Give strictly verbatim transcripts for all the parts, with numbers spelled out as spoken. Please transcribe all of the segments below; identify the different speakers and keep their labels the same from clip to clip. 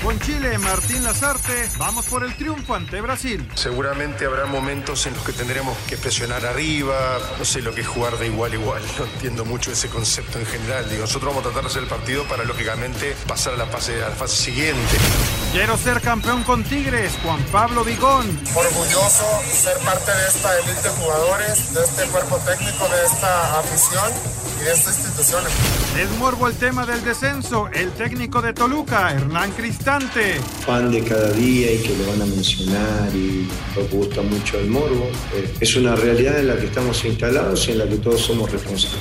Speaker 1: Con Chile, Martín Lazarte, vamos por el triunfo ante Brasil.
Speaker 2: Seguramente habrá momentos en los que tendremos que presionar arriba, no sé lo que es jugar de igual a igual, no entiendo mucho ese concepto en general. Digo, nosotros vamos a tratar de hacer el partido para, lógicamente, pasar a la fase, a la fase siguiente.
Speaker 1: Quiero ser campeón con Tigres, Juan Pablo Vigón.
Speaker 3: Orgulloso ser parte de esta élite de jugadores, de este cuerpo técnico, de esta afición y de esta institución.
Speaker 1: Desmorbo el tema del descenso, el técnico de Toluca, Hernán Cristante.
Speaker 4: Fan de cada día y que lo van a mencionar y nos gusta mucho el morbo. Es una realidad en la que estamos instalados y en la que todos somos responsables.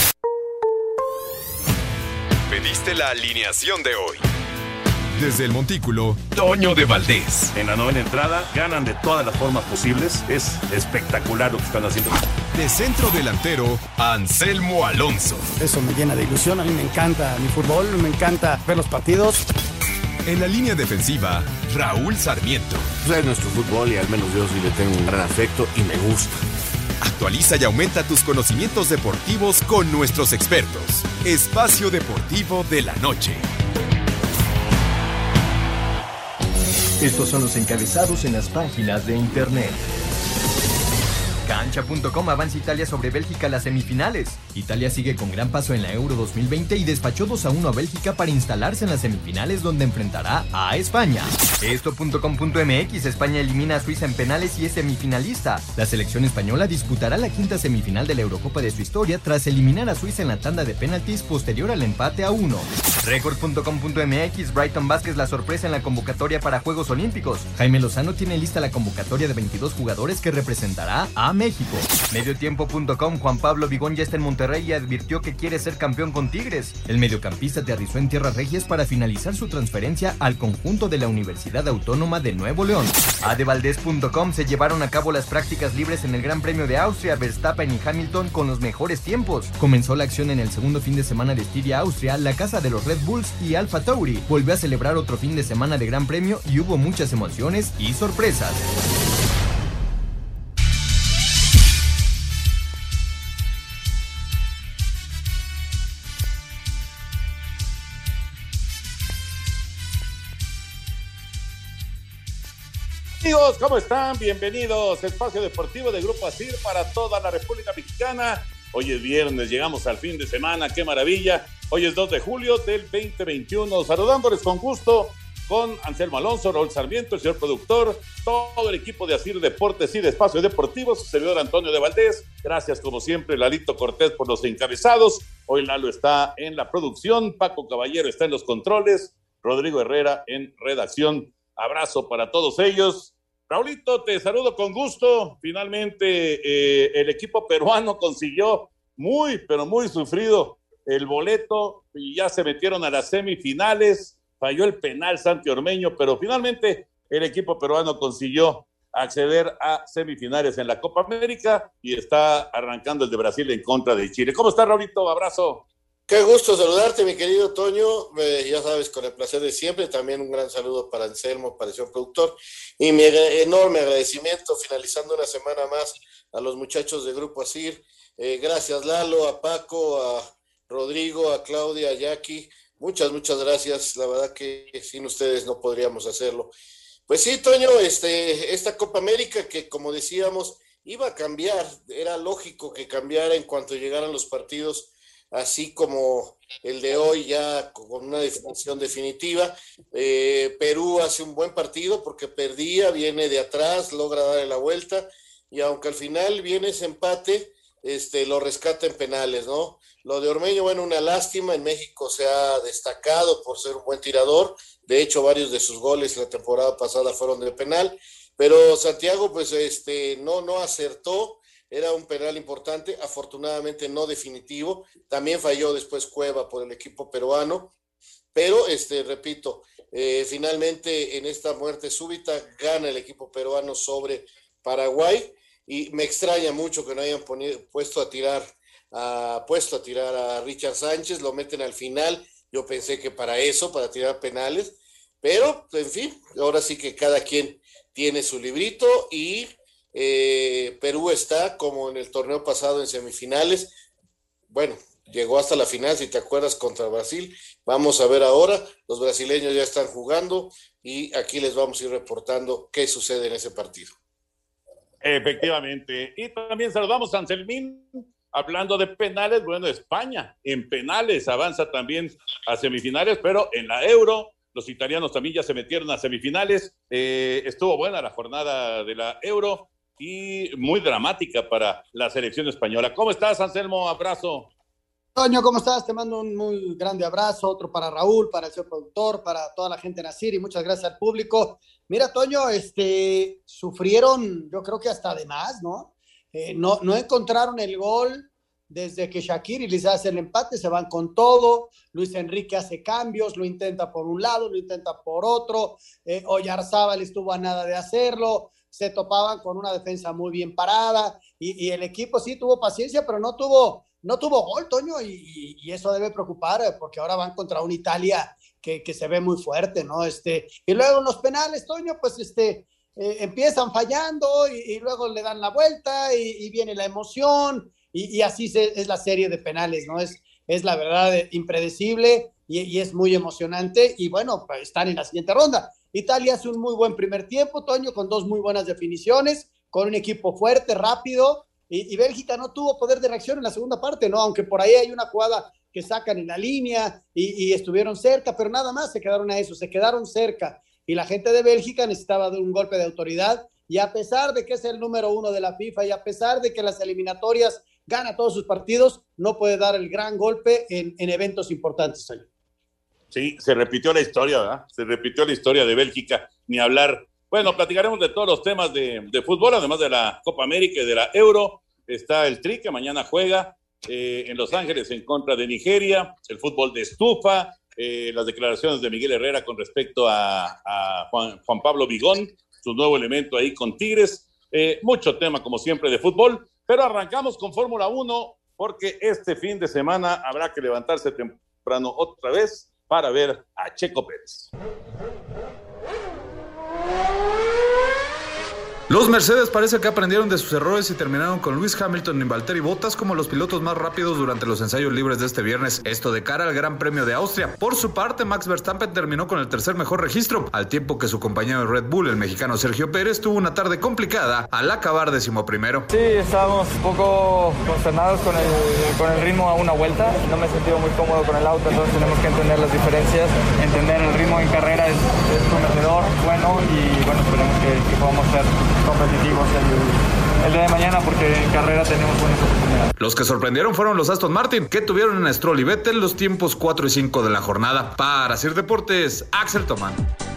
Speaker 5: Pediste la alineación de hoy. Desde el Montículo, Toño de Valdés.
Speaker 6: En la novena entrada, ganan de todas las formas posibles. Es espectacular lo que están haciendo.
Speaker 5: De centro delantero, Anselmo Alonso.
Speaker 7: Eso me llena de ilusión. A mí me encanta mi fútbol, me encanta ver los partidos.
Speaker 5: En la línea defensiva, Raúl Sarmiento.
Speaker 8: Es nuestro fútbol y al menos yo sí le tengo un gran afecto y me gusta.
Speaker 5: Actualiza y aumenta tus conocimientos deportivos con nuestros expertos. Espacio Deportivo de la Noche.
Speaker 9: Estos son los encabezados en las páginas de internet. Cancha punto com avanza Italia sobre Bélgica a las semifinales. Italia sigue con gran paso en la Euro dos mil veinte y despachó dos a uno a Bélgica para instalarse en las semifinales donde enfrentará a España. Esto punto com punto m x, España elimina a Suiza en penales y es semifinalista. La selección española disputará la quinta semifinal de la Eurocopa de su historia tras eliminar a Suiza en la tanda de penaltis posterior al empate a uno. Record punto com punto m x, Brighton Vázquez la sorpresa en la convocatoria para Juegos Olímpicos. Jaime Lozano tiene lista la convocatoria de veintidós jugadores que representará a México. Mediotiempo punto com, Juan Pablo Vigón ya está en Monterrey y advirtió que quiere ser campeón con Tigres. El mediocampista aterrizó en tierras regias para finalizar su transferencia al conjunto de la Universidad Autónoma de Nuevo León. Adevaldez punto com, se llevaron a cabo las prácticas libres en el Gran Premio de Austria, Verstappen y Hamilton con los mejores tiempos. Comenzó la acción en el segundo fin de semana de Estiria, Austria, la casa de los Red Bulls y Alfa Tauri. Volvió a celebrar otro fin de semana de Gran Premio y hubo muchas emociones y sorpresas.
Speaker 10: Amigos, ¿cómo están? Bienvenidos. Espacio Deportivo de Grupo ASIR para toda la República Mexicana. Hoy es viernes, llegamos al fin de semana, qué maravilla. Hoy es dos de julio del veinte veintiuno. Saludándoles con gusto con Anselmo Alonso, Raúl Sarmiento, el señor productor, todo el equipo de ASIR Deportes y de Espacio Deportivo, su servidor Antonio de Valdés. Gracias, como siempre, Lalito Cortés por los encabezados. Hoy Lalo está en la producción, Paco Caballero está en los controles, Rodrigo Herrera en redacción. Abrazo para todos ellos. Raulito, te saludo con gusto. Finalmente eh, el equipo peruano consiguió muy, pero muy sufrido el boleto y ya se metieron a las semifinales. Falló el penal Santi Ormeño, pero finalmente el equipo peruano consiguió acceder a semifinales en la Copa América y está arrancando el de Brasil en contra de Chile. ¿Cómo está, Raulito? Abrazo.
Speaker 11: Qué gusto saludarte, mi querido Toño, eh, ya sabes, con el placer de siempre. También un gran saludo para Anselmo, para el señor productor, y mi enorme agradecimiento, finalizando una semana más, a los muchachos de Grupo ASIR. Eh, gracias, Lalo, a Paco, a Rodrigo, a Claudia, a Jackie. Muchas, muchas gracias. La verdad que sin ustedes no podríamos hacerlo. Pues sí, Toño, este, esta Copa América que, como decíamos, iba a cambiar. Era lógico que cambiara en cuanto llegaran los partidos, así como el de hoy ya con una definición definitiva. Eh, Perú hace un buen partido porque perdía, viene de atrás, logra darle la vuelta, y aunque al final viene ese empate, este, lo rescata en penales, ¿no? Lo de Ormeño, bueno, una lástima. En México se ha destacado por ser un buen tirador, de hecho varios de sus goles la temporada pasada fueron de penal, pero Santiago pues este, no, no acertó. Era un penal importante, afortunadamente no definitivo. También falló después Cueva por el equipo peruano. Pero, este, repito, eh, finalmente en esta muerte súbita gana el equipo peruano sobre Paraguay. Y me extraña mucho que no hayan ponido, puesto a tirar a, puesto a tirar a Richard Sánchez. Lo meten al final. Yo pensé que para eso, para tirar penales. Pero, en fin, ahora sí que cada quien tiene su librito y... Eh, Perú está como en el torneo pasado en semifinales. Bueno, llegó hasta la final, si te acuerdas, contra Brasil, Vamos a ver ahora, los brasileños ya están jugando y aquí les vamos a ir reportando qué sucede en ese partido.
Speaker 10: Efectivamente. Y también saludamos a Anselmín, hablando de penales. Bueno, España en penales avanza también a semifinales, pero en la Euro los italianos también ya se metieron a semifinales. Eh, estuvo buena la jornada de la Euro y muy dramática para la selección española. ¿Cómo estás, Anselmo? Abrazo.
Speaker 7: Toño, ¿cómo estás? Te mando un muy grande abrazo, otro para Raúl, para el señor productor, para toda la gente en Asir y muchas gracias al público. Mira, Toño, este, sufrieron, yo creo que hasta de más, ¿no? Eh, no, no encontraron el gol desde que Shaqiri les hace el empate, se van con todo. Luis Enrique hace cambios, lo intenta por un lado, lo intenta por otro. Eh, Oyarzábal estuvo a nada de hacerlo. Se topaban con una defensa muy bien parada y, y el equipo sí tuvo paciencia, pero no tuvo, no tuvo gol, Toño, y, y eso debe preocupar porque ahora van contra una Italia que, que se ve muy fuerte, ¿no? Este, y luego en los penales, Toño, pues este, eh, empiezan fallando y, y luego le dan la vuelta y, y viene la emoción y, y así se, es la serie de penales, ¿no? Es, es la verdad impredecible y, y es muy emocionante y bueno, pues están en la siguiente ronda. Italia hace un muy buen primer tiempo, Toño, con dos muy buenas definiciones, con un equipo fuerte, rápido, y, y Bélgica no tuvo poder de reacción en la segunda parte, ¿no? Aunque por ahí hay una jugada que sacan en la línea y, y estuvieron cerca, pero nada más se quedaron a eso, se quedaron cerca. Y la gente de Bélgica necesitaba de un golpe de autoridad, y a pesar de que es el número uno de la FIFA, y a pesar de que las eliminatorias gana todos sus partidos, no puede dar el gran golpe en, en eventos importantes, Toño.
Speaker 10: Sí, se repitió la historia, ¿verdad? Se repitió la historia de Bélgica, ni hablar. Bueno, platicaremos de todos los temas de, de fútbol, además de la Copa América y de la Euro. Está el Tri, que mañana juega eh, en Los Ángeles en contra de Nigeria, el fútbol de estufa, eh, las declaraciones de Miguel Herrera con respecto a, a Juan, Juan Pablo Vigón, su nuevo elemento ahí con Tigres. Eh, mucho tema, como siempre, de fútbol, pero arrancamos con Fórmula uno, porque este fin de semana habrá que levantarse temprano otra vez para ver a Checo Pérez.
Speaker 12: Los Mercedes parece que aprendieron de sus errores y terminaron con Lewis Hamilton y Valtteri Bottas como los pilotos más rápidos durante los ensayos libres de este viernes, esto de cara al Gran Premio de Austria. Por su parte, Max Verstappen terminó con el tercer mejor registro, al tiempo que su compañero de Red Bull, el mexicano Sergio Pérez, tuvo una tarde complicada al acabar decimoprimero.
Speaker 13: Sí, estábamos un poco consternados con el, con el ritmo a una vuelta, no me he sentido muy cómodo con el auto, entonces tenemos que entender las diferencias, entender el ritmo en carrera es, es prometedor, bueno, y bueno, esperemos que, que podamos ser competitivos el, el día de mañana porque en carrera tenemos buenas oportunidades.
Speaker 12: Los que sorprendieron fueron los Aston Martin, que tuvieron en Stroll y Vettel los tiempos cuatro y cinco de la jornada. Para Sir Deportes, Axel Tomán.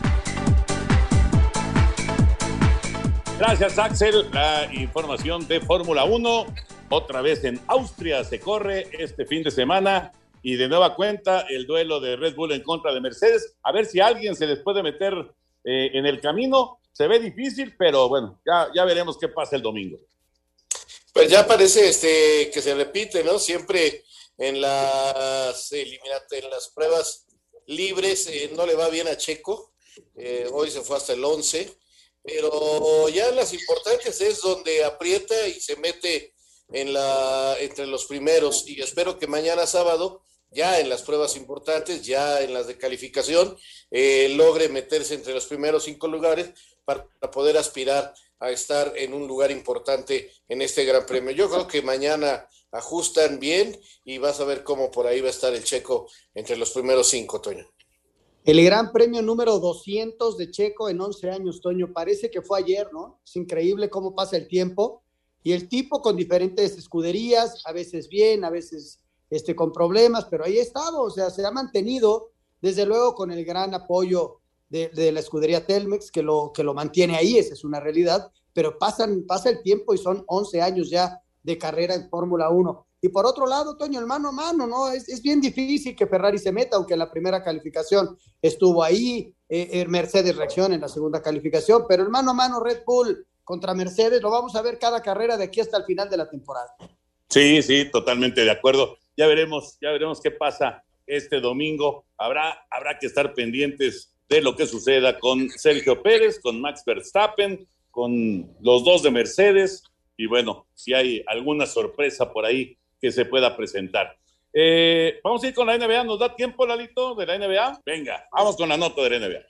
Speaker 10: Gracias, Axel. La información de Fórmula uno, otra vez en Austria se corre este fin de semana y de nueva cuenta el duelo de Red Bull en contra de Mercedes. A ver si alguien se les puede meter eh, en el camino. Se ve difícil, pero bueno, ya, ya veremos qué pasa el domingo.
Speaker 11: Pues ya parece este, que se repite, ¿no? Siempre en las eliminatorias, en las pruebas libres eh, no le va bien a Checo. Eh, hoy se fue hasta el once, pero ya en las importantes es donde aprieta y se mete en la, entre los primeros. Y espero que mañana sábado, ya en las pruebas importantes, ya en las de calificación, eh, logre meterse entre los primeros cinco lugares para poder aspirar a estar en un lugar importante en este Gran Premio. Yo creo que mañana ajustan bien y vas a ver cómo por ahí va a estar el Checo entre los primeros cinco, Toño.
Speaker 7: El Gran Premio número doscientos de Checo en once años, Toño. Parece que fue ayer, ¿no? Es increíble cómo pasa el tiempo. Y el tipo con diferentes escuderías, a veces bien, a veces este, con problemas, pero ahí ha estado, o sea, se ha mantenido, desde luego con el gran apoyo De, de la escudería Telmex, que lo, que lo mantiene ahí, esa es una realidad, pero pasan, pasa el tiempo y son once años ya de carrera en Fórmula uno. Y por otro lado, Toño, el mano a mano, ¿no? Es, es bien difícil que Ferrari se meta, aunque en la primera calificación estuvo ahí, eh, Mercedes reacciona en la segunda calificación, pero el mano a mano Red Bull contra Mercedes lo vamos a ver cada carrera de aquí hasta el final de la temporada.
Speaker 10: Sí, sí, totalmente de acuerdo. Ya veremos, ya veremos qué pasa este domingo. Habrá, habrá que estar pendientes de lo que suceda con Sergio Pérez, con Max Verstappen, con los dos de Mercedes, y bueno, si hay alguna sorpresa por ahí que se pueda presentar. Eh, vamos a ir con la N B A, ¿nos da tiempo, Lalito, de la N B A? Venga, vamos con la nota de la N B A.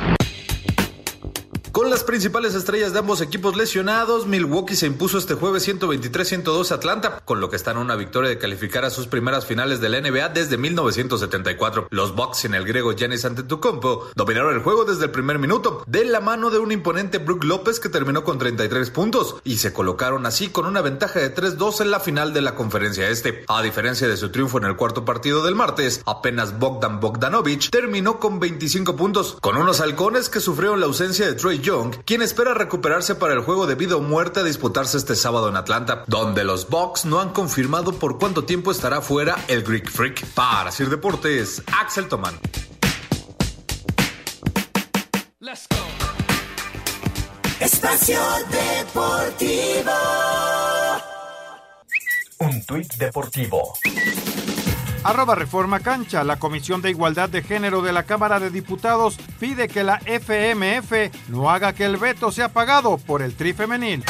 Speaker 12: Con las principales estrellas de ambos equipos lesionados, Milwaukee se impuso este jueves ciento veintitrés a ciento doce a Atlanta, con lo que están a una victoria de calificar a sus primeras finales de la N B A desde mil novecientos setenta y cuatro. Los Bucks, sin el griego Giannis Antetokounmpo, dominaron el juego desde el primer minuto, de la mano de un imponente Brook López que terminó con treinta y tres puntos, y se colocaron así con una ventaja de tres dos en la final de la conferencia este. A diferencia de su triunfo en el cuarto partido del martes, apenas Bogdan Bogdanovic terminó con veinticinco puntos, con unos halcones que sufrieron la ausencia de Trae Young, quien espera recuperarse para el juego de vida o muerte a disputarse este sábado en Atlanta, donde los Bucks no han confirmado por cuánto tiempo estará fuera el Greek Freak. Para Sir Deportes, Axel Tomán.
Speaker 14: Let's go. Espacio Deportivo.
Speaker 9: Un tuit deportivo.
Speaker 1: Arroba Reforma Cancha. La Comisión de Igualdad de Género de la Cámara de Diputados pide que la F M F no haga que el veto sea pagado por el Tri femenil.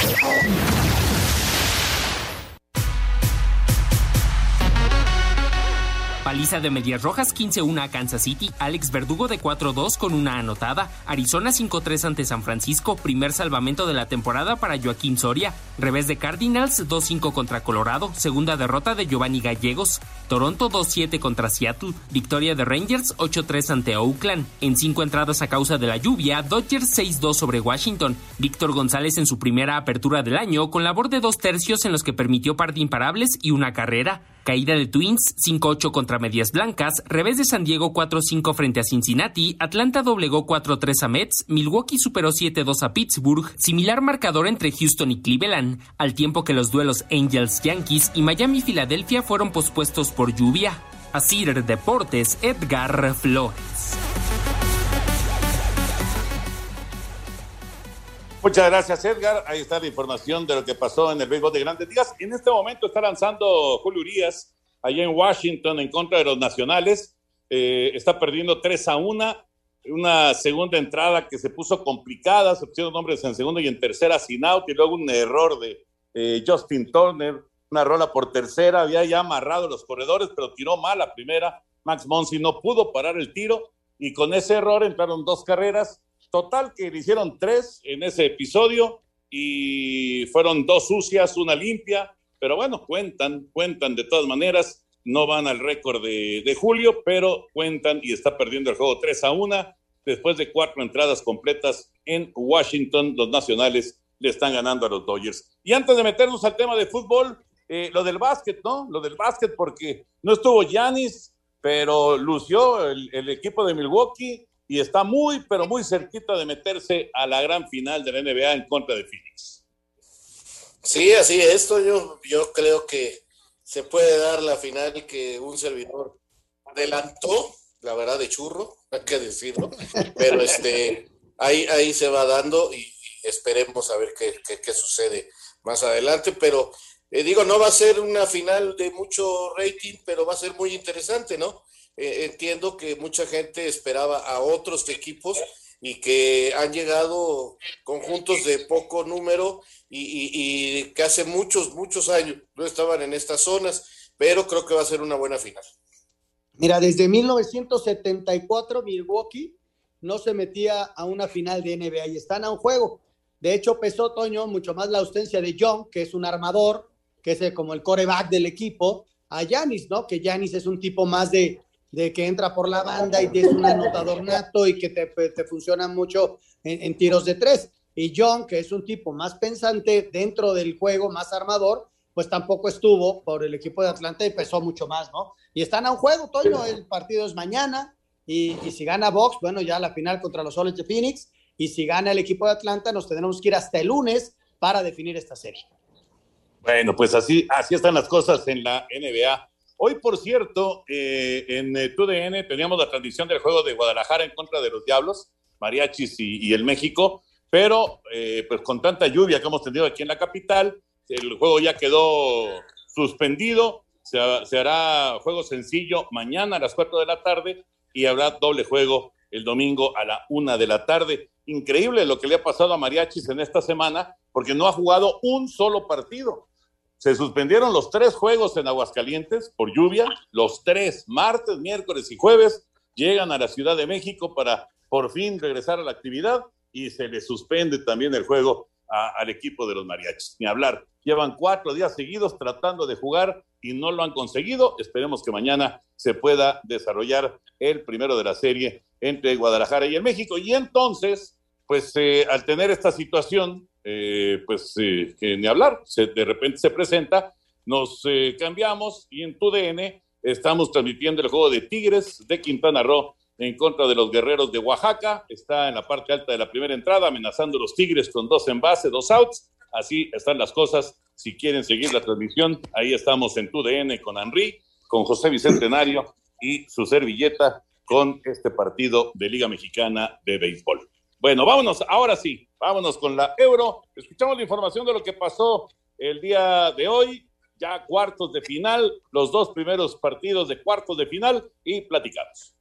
Speaker 15: Paliza de Medias Rojas quince a uno a Kansas City, Alex Verdugo de cuatro dos con una anotada, Arizona cinco tres ante San Francisco, primer salvamento de la temporada para Joaquín Soria, revés de Cardinals dos cinco contra Colorado, segunda derrota de Giovanni Gallegos, Toronto dos siete contra Seattle, victoria de Rangers ocho tres ante Oakland, en cinco entradas a causa de la lluvia, Dodgers seis dos sobre Washington, Víctor González en su primera apertura del año con labor de dos tercios en los que permitió par de imparables y una carrera. Caída de Twins, cinco ocho contra Medias Blancas, revés de San Diego cuatro cinco frente a Cincinnati, Atlanta doblegó cuatro tres a Mets, Milwaukee superó siete dos a Pittsburgh, similar marcador entre Houston y Cleveland, al tiempo que los duelos Angels-Yankees y Miami-Filadelfia fueron pospuestos por lluvia. Asir Deportes, Edgar Flores.
Speaker 10: Muchas gracias, Edgar. Ahí está la información de lo que pasó en el béisbol de Grandes Ligas. En este momento está lanzando Julio Urías allá en Washington en contra de los Nacionales. Eh, está perdiendo tres a uno. Una segunda entrada que se puso complicada. Se pusieron hombres en segunda y en tercera sin out. Y luego un error de eh, Justin Turner. Una rola por tercera. Había ya amarrado los corredores, pero tiró mal la primera. Max Muncy no pudo parar el tiro. Y con ese error entraron dos carreras. Total que le hicieron tres en ese episodio y fueron dos sucias, una limpia, pero bueno, cuentan, cuentan de todas maneras, no van al récord de, de Julio, pero cuentan y está perdiendo el juego tres a uno después de cuatro entradas completas en Washington. Los Nacionales le están ganando a los Dodgers. Y antes de meternos al tema de fútbol, eh, lo del básquet, ¿no? Lo del básquet porque no estuvo Giannis, pero lució el, el equipo de Milwaukee y está muy, pero muy cerquita de meterse a la gran final de la N B A en contra de Phoenix.
Speaker 11: Sí, así es, Toño. Yo creo que se puede dar la final que un servidor adelantó, la verdad, de churro, hay que decirlo, pero este, ahí, ahí se va dando y esperemos a ver qué, qué, qué sucede más adelante, pero eh, digo, no va a ser una final de mucho rating, pero va a ser muy interesante, ¿no? Eh, entiendo que mucha gente esperaba a otros equipos y que han llegado conjuntos de poco número y, y, y que hace muchos, muchos años no estaban en estas zonas, pero creo que va a ser una buena final.
Speaker 7: Mira, desde mil novecientos setenta y cuatro Milwaukee no se metía a una final de N B A y están a un juego. De hecho, pesó, Toño, mucho más la ausencia de Young, que es un armador, que es como el quarterback del equipo, a Giannis, ¿no? Que Giannis es un tipo más de de que entra por la banda y es un anotador nato y que te, te funciona mucho en, en tiros de tres. Y John, que es un tipo más pensante dentro del juego, más armador, pues tampoco estuvo por el equipo de Atlanta y pesó mucho más, ¿no? Y están a un juego, Toño, el partido es mañana y, y si gana Bucks, bueno, ya la final contra los Soles de Phoenix, y si gana el equipo de Atlanta nos tendremos que ir hasta el lunes para definir esta serie.
Speaker 10: Bueno, pues así, así están las cosas en la N B A. Hoy, por cierto, eh, en eh, T U D N teníamos la transmisión del juego de Guadalajara en contra de los Diablos, Mariachis y, y el México, pero eh, pues con tanta lluvia que hemos tenido aquí en la capital, el juego ya quedó suspendido, se, se hará juego sencillo mañana a las cuatro de la tarde y habrá doble juego el domingo a la una de la tarde. Increíble lo que le ha pasado a Mariachis en esta semana, porque no ha jugado un solo partido. Se suspendieron los tres juegos en Aguascalientes por lluvia, los tres, martes, miércoles y jueves, llegan a la Ciudad de México para por fin regresar a la actividad y se les suspende también el juego a, al equipo de los Mariachis. Ni hablar, llevan cuatro días seguidos tratando de jugar y no lo han conseguido. Esperemos que mañana se pueda desarrollar el primero de la serie entre Guadalajara y el México. Y entonces, pues eh, al tener esta situación, eh, pues eh, que ni hablar, se, de repente se presenta, nos eh, cambiamos y en T U D N estamos transmitiendo el juego de Tigres de Quintana Roo en contra de los Guerreros de Oaxaca. Está en la parte alta de la primera entrada, amenazando los Tigres con dos en base, dos outs. Así están las cosas. Si quieren seguir la transmisión, ahí estamos en T U D N con Henry, con José Bicentenario y su servilleta con este partido de Liga Mexicana de Béisbol. Bueno, vámonos, ahora sí, vámonos con la Euro. Escuchamos la información de lo que pasó el día de hoy, ya cuartos de final, los dos primeros partidos de cuartos de final y platicamos.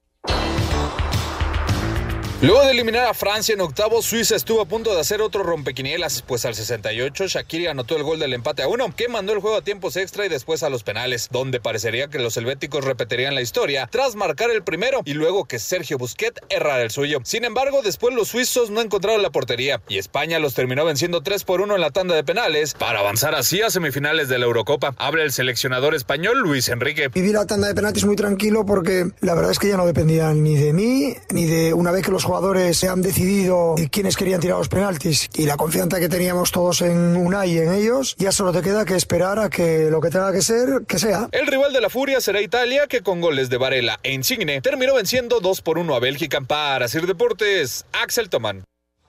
Speaker 12: Luego de eliminar a Francia en octavos, Suiza estuvo a punto de hacer otro rompequinielas, pues al sesenta y ocho Shaqiri anotó el gol del empate a uno, que mandó el juego a tiempos extra y después a los penales, donde parecería que los helvéticos repetirían la historia tras marcar el primero y luego que Sergio Busquets errara el suyo. Sin embargo, después los suizos no encontraron la portería y España los terminó venciendo tres por uno en la tanda de penales para avanzar así a semifinales de la Eurocopa. Habla el seleccionador español Luis Enrique.
Speaker 16: Viví la tanda de penaltis muy tranquilo porque la verdad es que ya no dependía ni de mí, ni de una vez que los jugadores se han decidido quiénes querían tirar los penaltis y la confianza que teníamos todos en Unai y en ellos, ya solo te queda que esperar a que lo que tenga que ser, que sea.
Speaker 12: El rival de la Furia será Italia, que con goles de Varela e Insigne terminó venciendo dos por uno a Bélgica. Para Sir Deportes, Axel Tomán.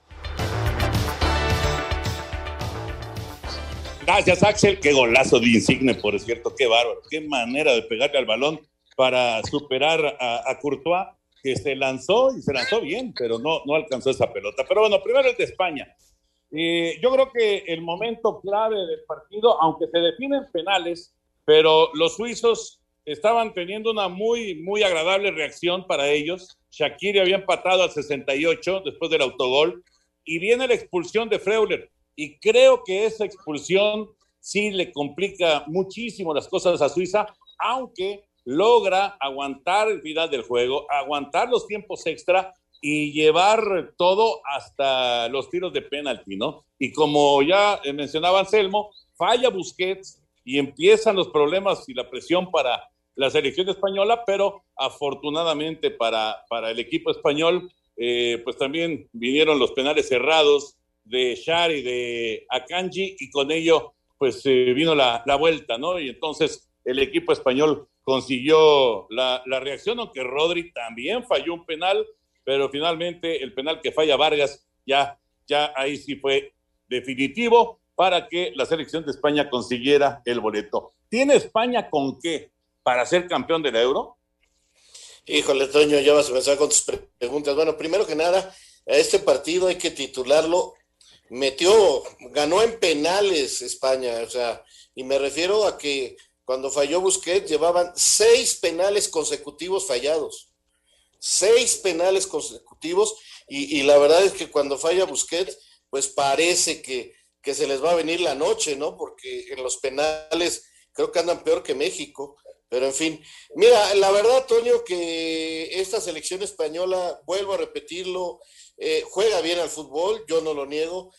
Speaker 10: Gracias, Axel. Qué golazo de Insigne, por cierto, qué bárbaro. Qué manera de pegarle al balón para superar a, a Courtois, que se lanzó y se lanzó bien, pero no, no alcanzó esa pelota. Pero bueno, primero el de España. Eh, yo creo que el momento clave del partido, aunque se definen penales, pero los suizos estaban teniendo una muy, muy agradable reacción para ellos. Shaqiri había empatado al sesenta y ocho después del autogol, y viene la expulsión de Freuler, y creo que esa expulsión sí le complica muchísimo las cosas a Suiza, aunque logra aguantar el final del juego, aguantar los tiempos extra y llevar todo hasta los tiros de penalti, ¿no? Y como ya mencionaba Anselmo, falla Busquets y empiezan los problemas y la presión para la selección española, pero afortunadamente para, para el equipo español, eh, pues también vinieron los penales cerrados de Schär y de Akanji, y con ello pues eh, vino la, la vuelta, ¿no? Y entonces el equipo español consiguió la, la reacción, aunque Rodri también falló un penal, pero finalmente el penal que falla Vargas, ya, ya ahí sí fue definitivo para que la selección de España consiguiera el boleto. ¿Tiene España con qué para ser campeón de la Euro?
Speaker 11: Híjole, Toño, ya vas a empezar con tus preguntas. Bueno, primero que nada, a este partido hay que titularlo, metió, ganó en penales España, o sea, y me refiero a que cuando falló Busquets, llevaban seis penales consecutivos fallados. Seis penales consecutivos, y, y la verdad es que cuando falla Busquets, pues parece que, que se les va a venir la noche, ¿no? Porque en los penales creo que andan peor que México. Pero en fin, mira, la verdad, Toño, que esta selección española, vuelvo a repetirlo, eh, juega bien al fútbol, yo no lo niego,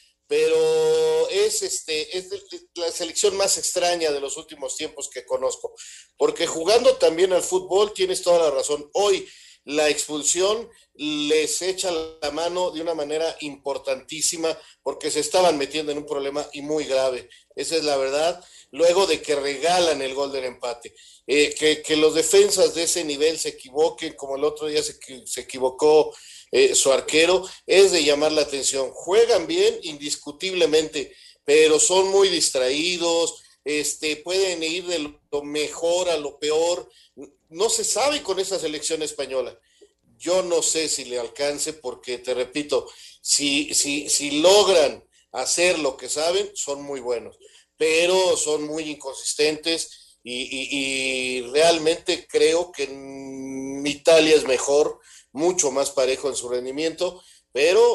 Speaker 11: pero es este es la selección más extraña de los últimos tiempos que conozco, porque jugando también al fútbol, tienes toda la razón, hoy la expulsión les echa la mano de una manera importantísima, porque se estaban metiendo en un problema y muy grave, esa es la verdad, luego de que regalan el gol del empate, eh, que, que los defensas de ese nivel se equivoquen, como el otro día se, se equivocó Eh, su arquero, es de llamar la atención. Juegan bien, indiscutiblemente, pero son muy distraídos, este, pueden ir de lo mejor a lo peor. No se sabe con esa selección española. Yo no sé si le alcance, porque te repito, si, si, si logran hacer lo que saben, son muy buenos, pero son muy inconsistentes y, y, y realmente creo que Italia es mejor, mucho más parejo en su rendimiento, pero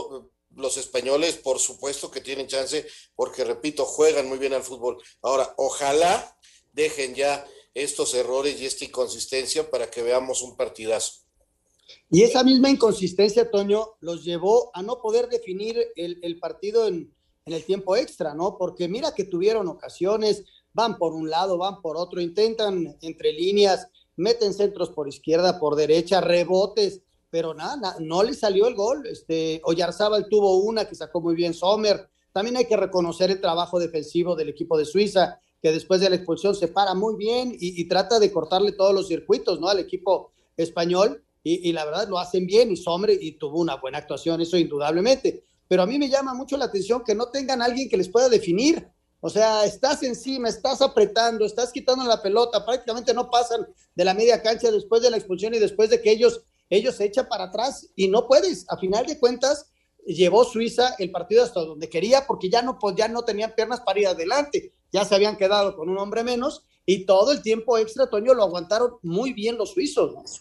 Speaker 11: los españoles, por supuesto que tienen chance, porque repito, juegan muy bien al fútbol. Ahora, ojalá dejen ya estos errores y esta inconsistencia para que veamos un partidazo.
Speaker 7: Y esa misma inconsistencia, Toño, los llevó a no poder definir el, el partido en, en el tiempo extra, ¿no? Porque mira que tuvieron ocasiones, van por un lado, van por otro, intentan entre líneas, meten centros por izquierda, por derecha, rebotes, pero nada, nada no le salió el gol. Este, Oyarzábal tuvo una que sacó muy bien Sommer. También hay que reconocer el trabajo defensivo del equipo de Suiza, que después de la expulsión se para muy bien y, y trata de cortarle todos los circuitos, ¿no?, al equipo español, y, y la verdad lo hacen bien, y Sommer y tuvo una buena actuación, eso indudablemente. Pero a mí me llama mucho la atención que no tengan a alguien que les pueda definir. O sea, estás encima, estás apretando, estás quitando la pelota, prácticamente no pasan de la media cancha después de la expulsión y después de que ellos, ellos se echan para atrás y no puedes. A final de cuentas, llevó Suiza el partido hasta donde quería porque ya no, pues, ya no tenían piernas para ir adelante, ya se habían quedado con un hombre menos y todo el tiempo extra, Toño, lo aguantaron muy bien los suizos, ¿no?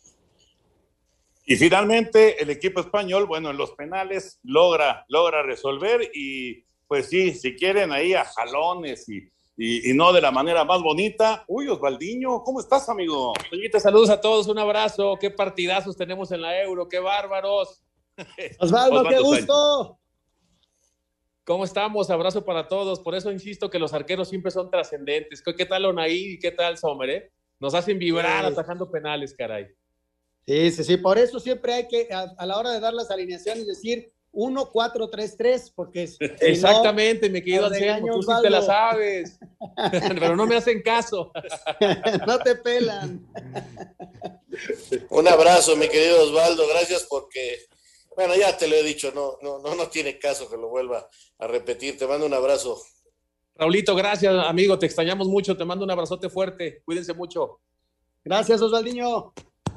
Speaker 10: Y finalmente el equipo español, bueno, en los penales logra, logra resolver y pues sí, si quieren ahí a jalones y, y, y no de la manera más bonita. Uy, Osvaldiño, ¿cómo estás, amigo?
Speaker 17: Toñito, saludos a todos, un abrazo. Qué partidazos tenemos en la Euro, qué bárbaros.
Speaker 7: Osvaldo, qué gusto.
Speaker 17: ¿Cómo estamos? Abrazo para todos. Por eso insisto que los arqueros siempre son trascendentes. ¿Qué tal Onaí y qué tal Sommer, eh? Nos hacen vibrar sí. atajando penales, caray.
Speaker 7: Sí, sí, sí. Por eso siempre hay que, a, a la hora de dar las alineaciones, decir uno cuatro tres tres, porque es,
Speaker 17: exactamente,
Speaker 7: si no,
Speaker 17: me quedo Anselmo, tú sí te la sabes, pero no me hacen caso.
Speaker 7: No te pelan.
Speaker 11: Un abrazo, mi querido Osvaldo, gracias porque, bueno, ya te lo he dicho, no, no, no, no tiene caso que lo vuelva a repetir. Te mando un abrazo.
Speaker 17: Raulito, gracias, amigo, te extrañamos mucho, te mando un abrazote fuerte, cuídense mucho.
Speaker 7: Gracias, Osvaldiño.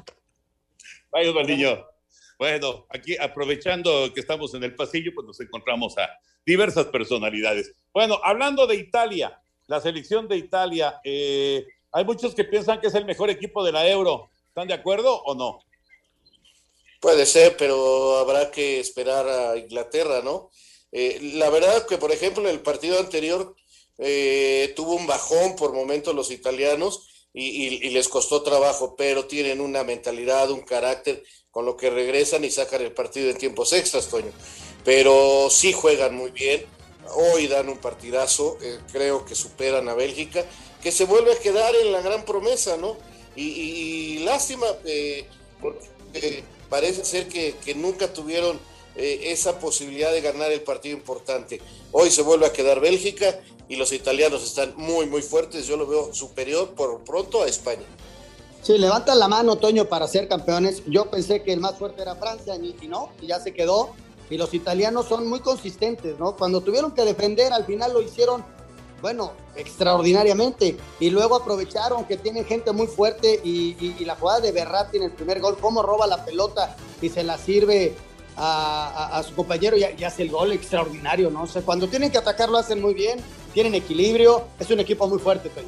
Speaker 10: Bye, Osvaldiño. Bueno, aquí aprovechando que estamos en el pasillo, pues nos encontramos a diversas personalidades. Bueno, hablando de Italia, la selección de Italia, eh, hay muchos que piensan que es el mejor equipo de la Euro. ¿Están de acuerdo o no?
Speaker 11: Puede ser, pero habrá que esperar a Inglaterra, ¿no? Eh, la verdad que, por ejemplo, en el partido anterior eh, tuvo un bajón por momentos los italianos y, y, y les costó trabajo, pero tienen una mentalidad, un carácter con lo que regresan y sacan el partido en tiempos extras, Toño. Pero sí juegan muy bien, hoy dan un partidazo, eh, creo que superan a Bélgica, que se vuelve a quedar en la gran promesa, ¿no? Y, y, y lástima, eh, porque eh, parece ser que, que nunca tuvieron eh, esa posibilidad de ganar el partido importante. Hoy se vuelve a quedar Bélgica y los italianos están muy, muy fuertes, yo lo veo superior por pronto a España.
Speaker 7: Sí, levantan la mano, Toño, para ser campeones. Yo pensé que el más fuerte era Francia, y no, y ya se quedó. Y los italianos son muy consistentes, ¿no? Cuando tuvieron que defender, al final lo hicieron, bueno, extraordinariamente. Y luego aprovecharon que tienen gente muy fuerte y, y, y la jugada de Verratti en el primer gol, cómo roba la pelota y se la sirve a, a, a su compañero y, y hace el gol extraordinario, ¿no? O sea, cuando tienen que atacar lo hacen muy bien, tienen equilibrio, es un equipo muy fuerte, Toño.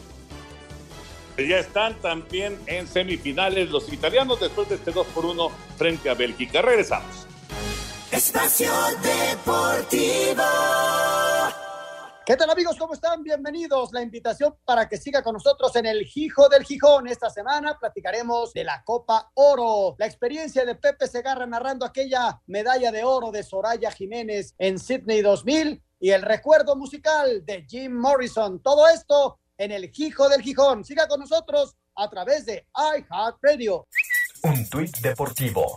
Speaker 10: Ya están también en semifinales los italianos después de este dos por uno frente a Bélgica. Regresamos.
Speaker 14: Espacio Deportivo.
Speaker 7: ¿Qué tal, amigos? ¿Cómo están? Bienvenidos. La invitación para que siga con nosotros en el Hijo del Gijón. Esta semana platicaremos de la Copa Oro, la experiencia de Pepe Segarra narrando aquella medalla de oro de Soraya Jiménez en Sydney dos mil y el recuerdo musical de Jim Morrison. Todo esto en el Hijo del Gijón. Siga con nosotros a través de iHeartRadio.
Speaker 9: Un tuit deportivo.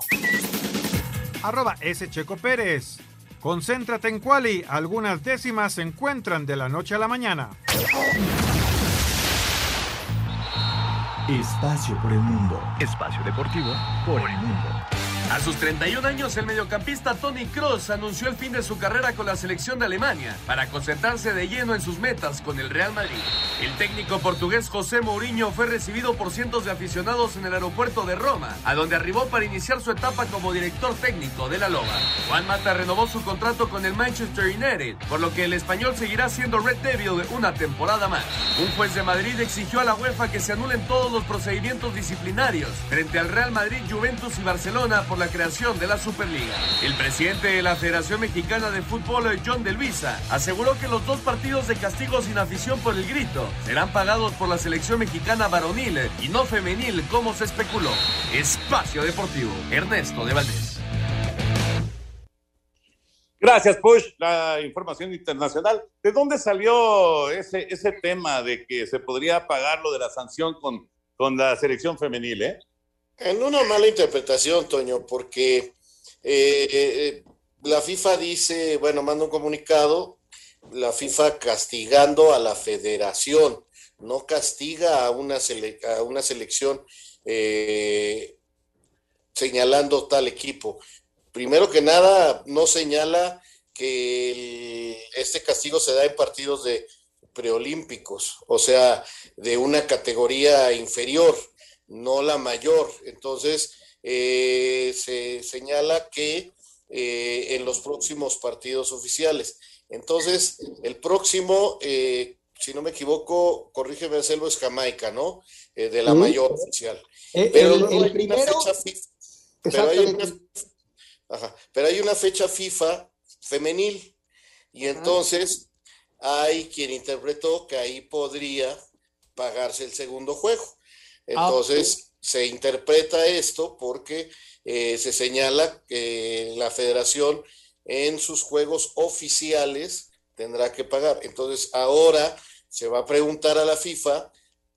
Speaker 1: Arroba S. Checo Pérez. Concéntrate en Quali. Algunas décimas se encuentran de la noche a la mañana.
Speaker 9: Espacio por el mundo. Espacio deportivo por el mundo.
Speaker 18: A sus treinta y un años, el mediocampista Toni Kroos anunció el fin de su carrera con la selección de Alemania para concentrarse de lleno en sus metas con el Real Madrid. El técnico portugués José Mourinho fue recibido por cientos de aficionados en el aeropuerto de Roma, a donde arribó para iniciar su etapa como director técnico de la Loba. Juan Mata renovó su contrato con el Manchester United, por lo que el español seguirá siendo Red Devil una temporada más. Un juez de Madrid exigió a la UEFA que se anulen todos los procedimientos disciplinarios frente al Real Madrid, Juventus y Barcelona por por la creación de la Superliga. El presidente de la Federación Mexicana de Fútbol, John de Luisa, aseguró que los dos partidos de castigo sin afición por el grito serán pagados por la selección mexicana varonil y no femenil como se especuló. Espacio Deportivo, Ernesto de Valdés.
Speaker 10: Gracias, Push. La información internacional. ¿De dónde salió ese, ese tema de que se podría pagar lo de la sanción con, con la selección femenil, eh?
Speaker 11: En una mala interpretación, Toño, porque eh, eh, la FIFA dice, bueno, manda un comunicado, la FIFA castigando a la federación, no castiga a una, sele- a una selección eh, señalando tal equipo. Primero que nada, no señala que el, este castigo se da en partidos de preolímpicos, o sea, de una categoría inferior, no la mayor. Entonces, eh, se señala que eh, en los próximos partidos oficiales. Entonces, el próximo, eh, si no me equivoco, corrígeme, Anselmo, es Jamaica, ¿no? Eh, de la
Speaker 7: ¿Sí?
Speaker 11: mayor oficial.
Speaker 7: Eh,
Speaker 11: Pero
Speaker 7: el,
Speaker 11: luego
Speaker 7: el
Speaker 11: hay
Speaker 7: primero...
Speaker 11: una fecha FIFA. Pero hay una, ajá, pero hay una fecha FIFA femenil y entonces hay quien interpretó que ahí podría pagarse el segundo juego. Entonces ah, se interpreta esto porque eh, se señala que la federación en sus juegos oficiales tendrá que pagar. Entonces ahora se va a preguntar a la FIFA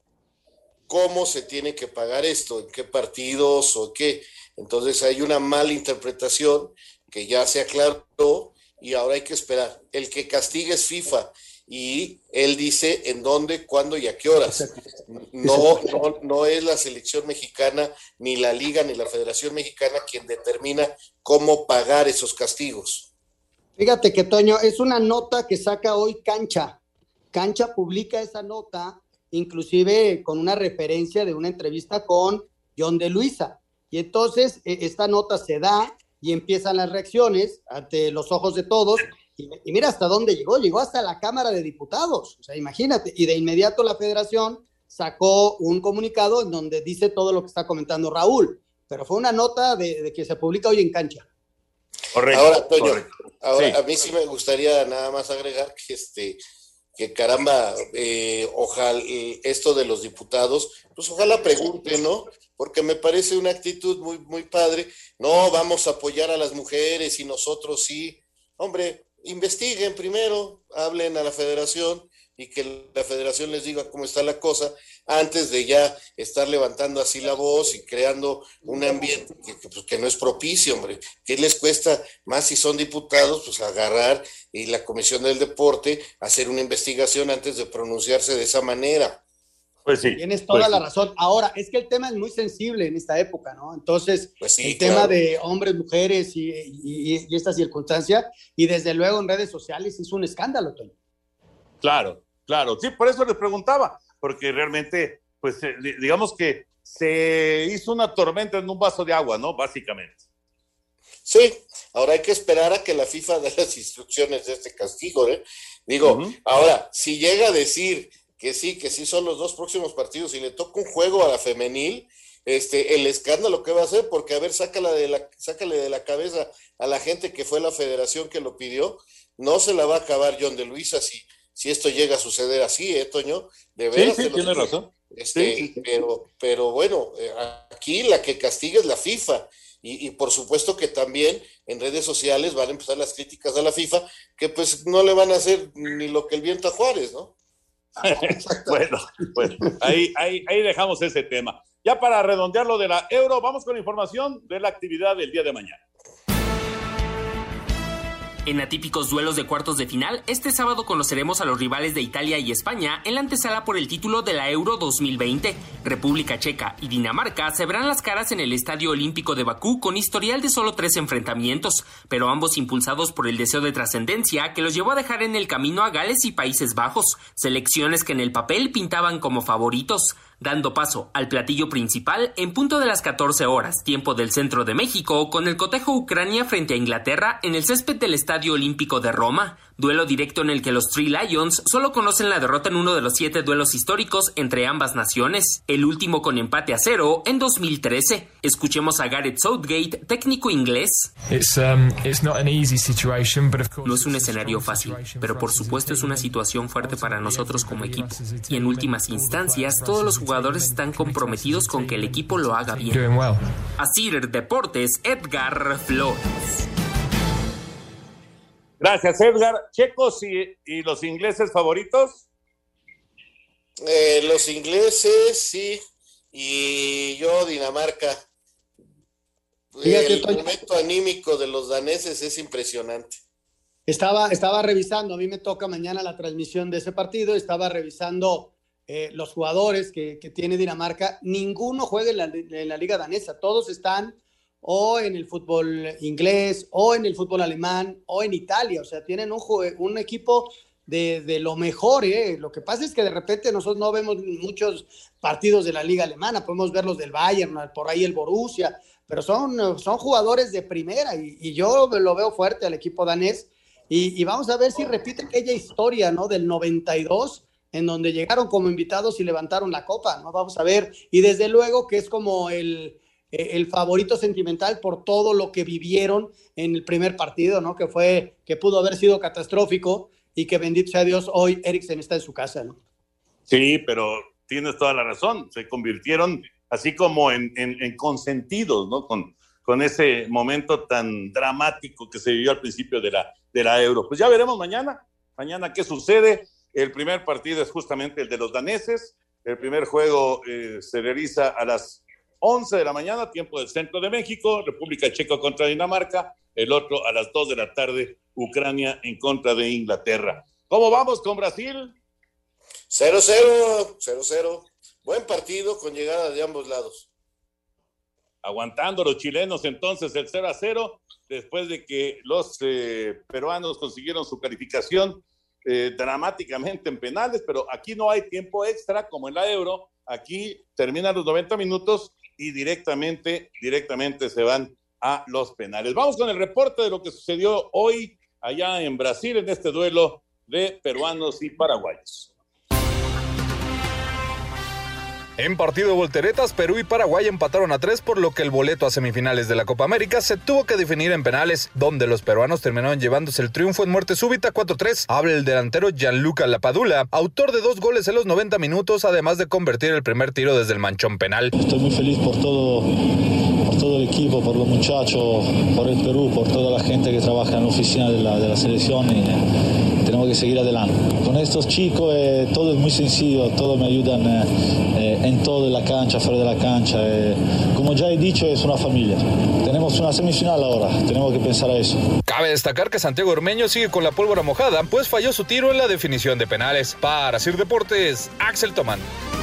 Speaker 11: cómo se tiene que pagar esto, en qué partidos o qué. Entonces hay una mala interpretación que ya se aclaró y ahora hay que esperar. El que castiga es FIFA y él dice en dónde, cuándo y a qué horas. No, no, no es la selección mexicana, ni la liga, ni la Federación Mexicana quien determina cómo pagar esos castigos.
Speaker 7: Fíjate que, Toño, es una nota que saca hoy Cancha. Cancha publica esa nota, inclusive con una referencia de una entrevista con John de Luisa. Y entonces eh, esta nota se da y empiezan las reacciones ante los ojos de todos. Y, y mira hasta dónde llegó, llegó hasta la Cámara de Diputados. O sea, imagínate. Y de inmediato la Federación sacó un comunicado en donde dice todo lo que está comentando Raúl. Pero fue una nota de, de que se publica hoy en Cancha.
Speaker 11: Correcto. Ahora, Toño, correcto. Ahora sí. A mí sí me gustaría nada más agregar que este... que caramba, eh, ojalá esto de los diputados, pues ojalá pregunten, ¿no? Porque me parece una actitud muy, muy padre. No, vamos a apoyar a las mujeres y nosotros sí. Hombre, investiguen primero, hablen a la federación y que la federación les diga cómo está la cosa antes de ya estar levantando así la voz y creando un ambiente que, que, pues, que no es propicio, hombre. ¿Qué les cuesta más si son diputados? Pues agarrar y la Comisión del Deporte hacer una investigación antes de pronunciarse de esa manera.
Speaker 10: Pues sí.
Speaker 7: Tienes toda
Speaker 10: pues
Speaker 7: la
Speaker 10: sí.
Speaker 7: razón. Ahora, es que el tema es muy sensible en esta época, ¿no? Entonces,
Speaker 11: pues sí,
Speaker 7: el
Speaker 11: claro.
Speaker 7: tema de hombres, mujeres y, y, y esta circunstancia, y desde luego en redes sociales es un escándalo, Toño.
Speaker 10: Claro, claro. Sí, por eso les preguntaba, porque realmente, pues, digamos que se hizo una tormenta en un vaso de agua, ¿no? Básicamente.
Speaker 11: Sí, ahora hay que esperar a que la FIFA dé las instrucciones de este castigo, ¿eh? Digo, uh-huh. Ahora, si llega a decir que sí, que sí son los dos próximos partidos y le toca un juego a la femenil, este, el escándalo que va a hacer, porque a ver, sácala de la, sácale de la cabeza a la gente que fue la federación que lo pidió, no se la va a acabar John de Luisa si, si esto llega a suceder así, ¿eh, Toño? De veras.
Speaker 10: Sí, sí, tiene razón.
Speaker 11: Este,
Speaker 10: sí, sí, sí.
Speaker 11: Pero, pero bueno, aquí la que castiga es la FIFA. Y, y por supuesto que también en redes sociales van a empezar las críticas a la FIFA, que pues no le van a hacer ni lo que el viento a Juárez, ¿no?
Speaker 10: bueno, bueno ahí, ahí, ahí dejamos ese tema. Ya para redondear lo de la Euro, vamos con información de la actividad del día de mañana.
Speaker 15: En atípicos duelos de cuartos de final, este sábado conoceremos a los rivales de Italia y España en la antesala por el título de la Euro dos mil veinte. República Checa y Dinamarca se verán las caras en el Estadio Olímpico de Bakú con historial de solo tres enfrentamientos, pero ambos impulsados por el deseo de trascendencia que los llevó a dejar en el camino a Gales y Países Bajos, selecciones que en el papel pintaban como favoritos. dando paso al platillo principal en punto de las catorce horas, tiempo del centro de México, con el cotejo Ucrania frente a Inglaterra en el césped del Estadio Olímpico de Roma. Duelo directo en el que los Three Lions solo conocen la derrota en uno de los siete duelos históricos entre ambas naciones, el último con empate a cero en dos mil trece. Escuchemos a Gareth Southgate, técnico inglés. No es un escenario fácil, pero por supuesto es una situación fuerte para nosotros como equipo. Y en últimas instancias, todos los jugadores están comprometidos con que el equipo lo haga bien. Así Deportes, Edgar Flores.
Speaker 10: Gracias, Edgar. ¿Checos y, y los ingleses favoritos?
Speaker 11: Eh, los ingleses, sí. Y yo, Dinamarca.
Speaker 7: Fíjate,
Speaker 11: el
Speaker 7: Toño,
Speaker 11: momento anímico de los daneses es impresionante.
Speaker 7: Estaba, estaba revisando, a mí me toca mañana la transmisión de ese partido, estaba revisando eh, los jugadores que, que tiene Dinamarca. Ninguno juega en la, en la liga danesa, todos están o en el fútbol inglés, o en el fútbol alemán, o en Italia. O sea, tienen un, un equipo de, de lo mejor, ¿eh? Lo que pasa es que de repente nosotros no vemos muchos partidos de la liga alemana, podemos ver los del Bayern, por ahí el Borussia, pero son, son jugadores de primera, y, y yo lo veo fuerte al equipo danés, y, y vamos a ver si repite aquella historia, ¿no?, del noventa y dos, en donde llegaron como invitados y levantaron la copa, ¿no? Vamos a ver, y desde luego que es como el... el favorito sentimental por todo lo que vivieron en el primer partido, ¿no? Que fue, que pudo haber sido catastrófico, y que bendito sea Dios, hoy Eriksen está en su casa, ¿no?
Speaker 10: Sí, pero tienes toda la razón, se convirtieron así como en, en, en consentidos, ¿no? Con, con ese momento tan dramático que se vivió al principio de la, de la Euro. Pues ya veremos mañana, mañana qué sucede. El primer partido es justamente el de los daneses, el primer juego eh, se realiza a las once de la mañana, tiempo del centro de México, República Checa contra Dinamarca, el otro a las dos de la tarde, Ucrania en contra de Inglaterra. ¿Cómo vamos con Brasil?
Speaker 11: cero cero, cero cero. Buen partido con llegada de ambos lados.
Speaker 10: Aguantando los chilenos entonces el cero a cero, después de que los eh, peruanos consiguieron su calificación eh, dramáticamente en penales, pero aquí no hay tiempo extra como en la Euro. Aquí terminan los noventa minutos y directamente, directamente se van a los penales. Vamos con el reporte de lo que sucedió hoy allá en Brasil en este duelo de peruanos y paraguayos.
Speaker 12: En partido de volteretas, Perú y Paraguay empataron a tres, por lo que el boleto a semifinales de la Copa América se tuvo que definir en penales, donde los peruanos terminaron llevándose el triunfo en muerte súbita cuatro tres. Habla el delantero Gianluca Lapadula, autor de dos goles en los noventa minutos, además de convertir el primer tiro desde el manchón penal.
Speaker 19: Estoy muy feliz por todo, por todo el equipo, por los muchachos, por el Perú, por toda la gente que trabaja en la oficina de la, de la selección, y eh, tenemos que seguir adelante. Con estos chicos eh, todo es muy sencillo, todos me ayudan eh, eh, en todo, la cancha, fuera de la cancha. Eh, como ya he dicho, es una familia. Tenemos una semifinal ahora, tenemos que pensar a eso.
Speaker 12: Cabe destacar que Santiago Ormeño sigue con la pólvora mojada, pues falló su tiro en la definición de penales. Para Sir Deportes, Axel Tomán.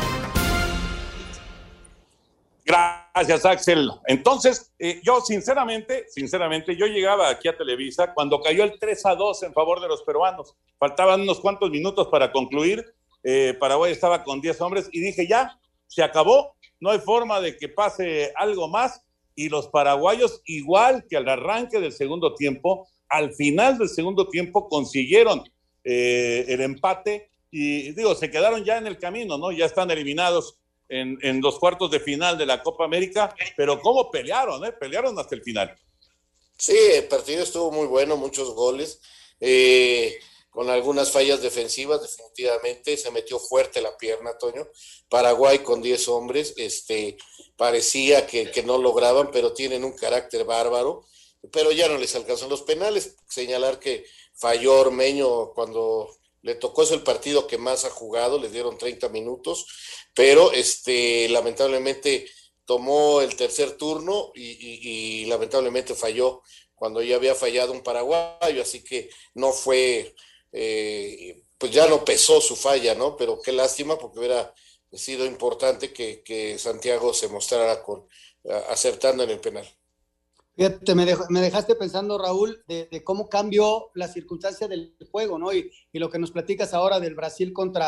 Speaker 10: Gracias, Axel. Entonces, eh, yo sinceramente, sinceramente, yo llegaba aquí a Televisa cuando cayó el tres a dos en favor de los peruanos. Faltaban unos cuantos minutos para concluir. Eh, Paraguay estaba con diez hombres y dije, ya, se acabó. No hay forma de que pase algo más. Y los paraguayos, igual que al arranque del segundo tiempo, al final del segundo tiempo consiguieron eh, el empate y, digo, se quedaron ya en el camino, ¿no? Ya están eliminados En, en los cuartos de final de la Copa América, pero cómo pelearon, ¿eh? Pelearon hasta el final.
Speaker 11: Sí, el partido estuvo muy bueno, muchos goles, eh, con algunas fallas defensivas, definitivamente, se metió fuerte la pierna, Toño. Paraguay con diez hombres, este, parecía que, que no lograban, pero tienen un carácter bárbaro, pero ya no les alcanzan los penales. Señalar que falló Ormeño cuando le tocó, es el partido que más ha jugado, les dieron treinta minutos, pero este, lamentablemente tomó el tercer turno y, y, y lamentablemente falló cuando ya había fallado un paraguayo, así que no fue, eh, pues ya no pesó su falla, ¿no? Pero qué lástima, porque hubiera sido importante que, que Santiago se mostrara con, acertando en el penal.
Speaker 7: Fíjate, me, dejó, me dejaste pensando, Raúl, de, de cómo cambió la circunstancia del juego, ¿no? Y, y lo que nos platicas ahora del Brasil contra,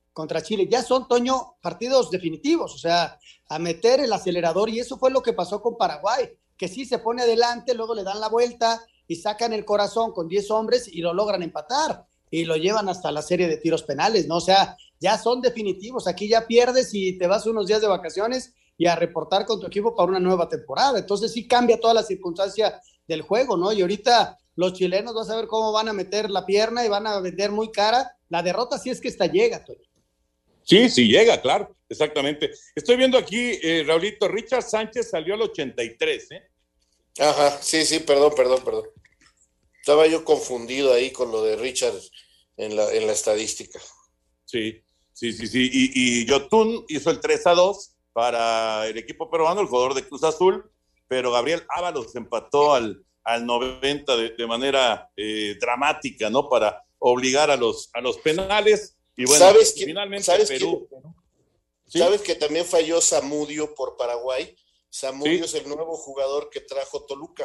Speaker 7: contra Chile. Ya son, Toño, partidos definitivos, o sea, a meter el acelerador, y eso fue lo que pasó con Paraguay, que sí se pone adelante, luego le dan la vuelta y sacan el corazón con diez hombres y lo logran empatar y lo llevan hasta la serie de tiros penales, ¿no? O sea, ya son definitivos, aquí ya pierdes y te vas unos días de vacaciones y a reportar con tu equipo para una nueva temporada. Entonces sí cambia toda la circunstancia del juego, ¿no? Y ahorita los chilenos vas a ver cómo van a meter la pierna y van a vender muy cara la derrota, si es que esta llega, Toño.
Speaker 10: Sí, sí llega, claro, exactamente. Estoy viendo aquí, eh, Raulito, Richard Sánchez salió al ochenta y tres, ¿eh?
Speaker 11: Ajá, sí, sí, perdón, perdón, perdón. Estaba yo confundido ahí con lo de Richard en la, en la estadística.
Speaker 10: Sí, sí, sí, sí. Y, y Yotun hizo el tres a dos para el equipo peruano, el jugador de Cruz Azul, pero Gabriel Ábalos empató al, al noventa de, de manera eh, dramática, ¿no? Para obligar a los, a los penales. Y bueno,
Speaker 11: ¿Sabes que,
Speaker 10: finalmente
Speaker 11: ¿sabes
Speaker 10: Perú.
Speaker 11: Que,
Speaker 10: ¿Sí?
Speaker 11: ¿Sabes que también falló Zamudio por Paraguay? Zamudio
Speaker 10: Sí.
Speaker 11: es el nuevo jugador que trajo Toluca.